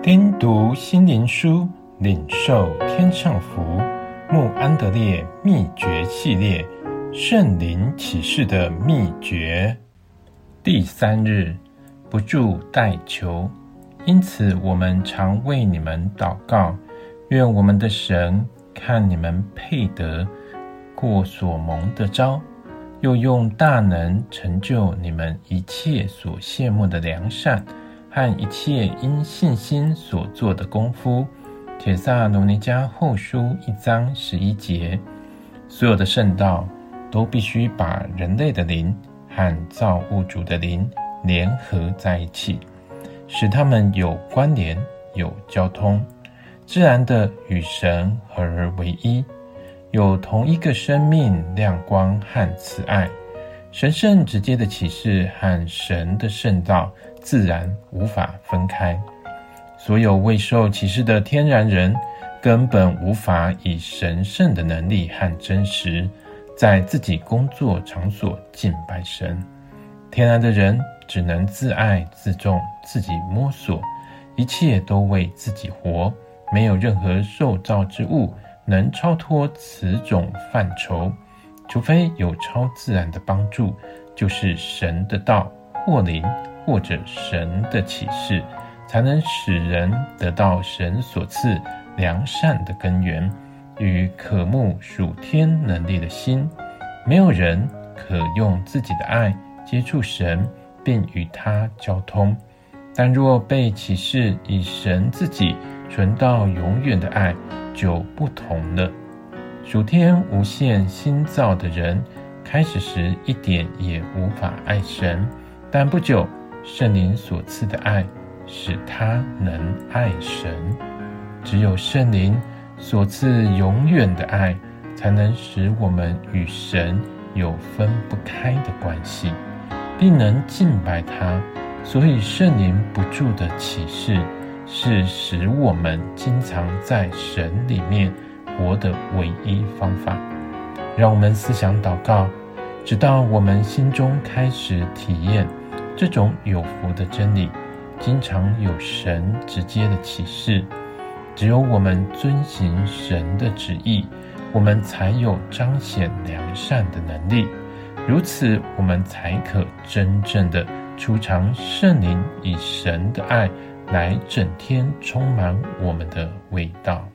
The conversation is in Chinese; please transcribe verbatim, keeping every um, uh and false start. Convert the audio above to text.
听读心灵书，领受天上福。慕安德烈秘诀系列，圣灵启示的秘诀。第三日，不住代求。因此我们常为你们祷告，愿我们的神看你们配得过所蒙的召，又用大能成就你们一切所羡慕的良善和一切因信心所做的功夫。帖撒罗尼迦后书一章十一节。所有的圣道都必须把人类的灵和造物主的灵联合在一起，使它们有关联、有交通，自然的与神合而为一，有同一个生命、亮光和慈爱。神圣直接的启示和神的圣道自然无法分开。所有未受启示的天然人根本无法以神圣的能力和真实在自己工作场所敬拜神。天然的人只能自爱自重，自己摸索，一切都为自己活，没有任何受造之物能超脱此种范畴，除非有超自然的帮助，就是神的道或灵或者神的启示，才能使人得到神所赐良善的根源与渴慕属天能力的心。没有人可用自己的爱接触神并与他交通，但若被启示以神自己存到永远的爱，就不同了。属天无限新造的人开始时一点也无法爱神，但不久圣灵所赐的爱使他能爱神。只有圣灵所赐永远的爱，才能使我们与神有分不开的关系，并能敬拜他。所以圣灵不住的启示是使我们经常在神里面活的唯一方法。让我们思想祷告，直到我们心中开始体验这种有福的真理，经常有神直接的启示。只有我们遵行神的旨意，我们才有彰显良善的能力，如此我们才可真正的储藏圣灵以神的爱来整天充满我们的味道。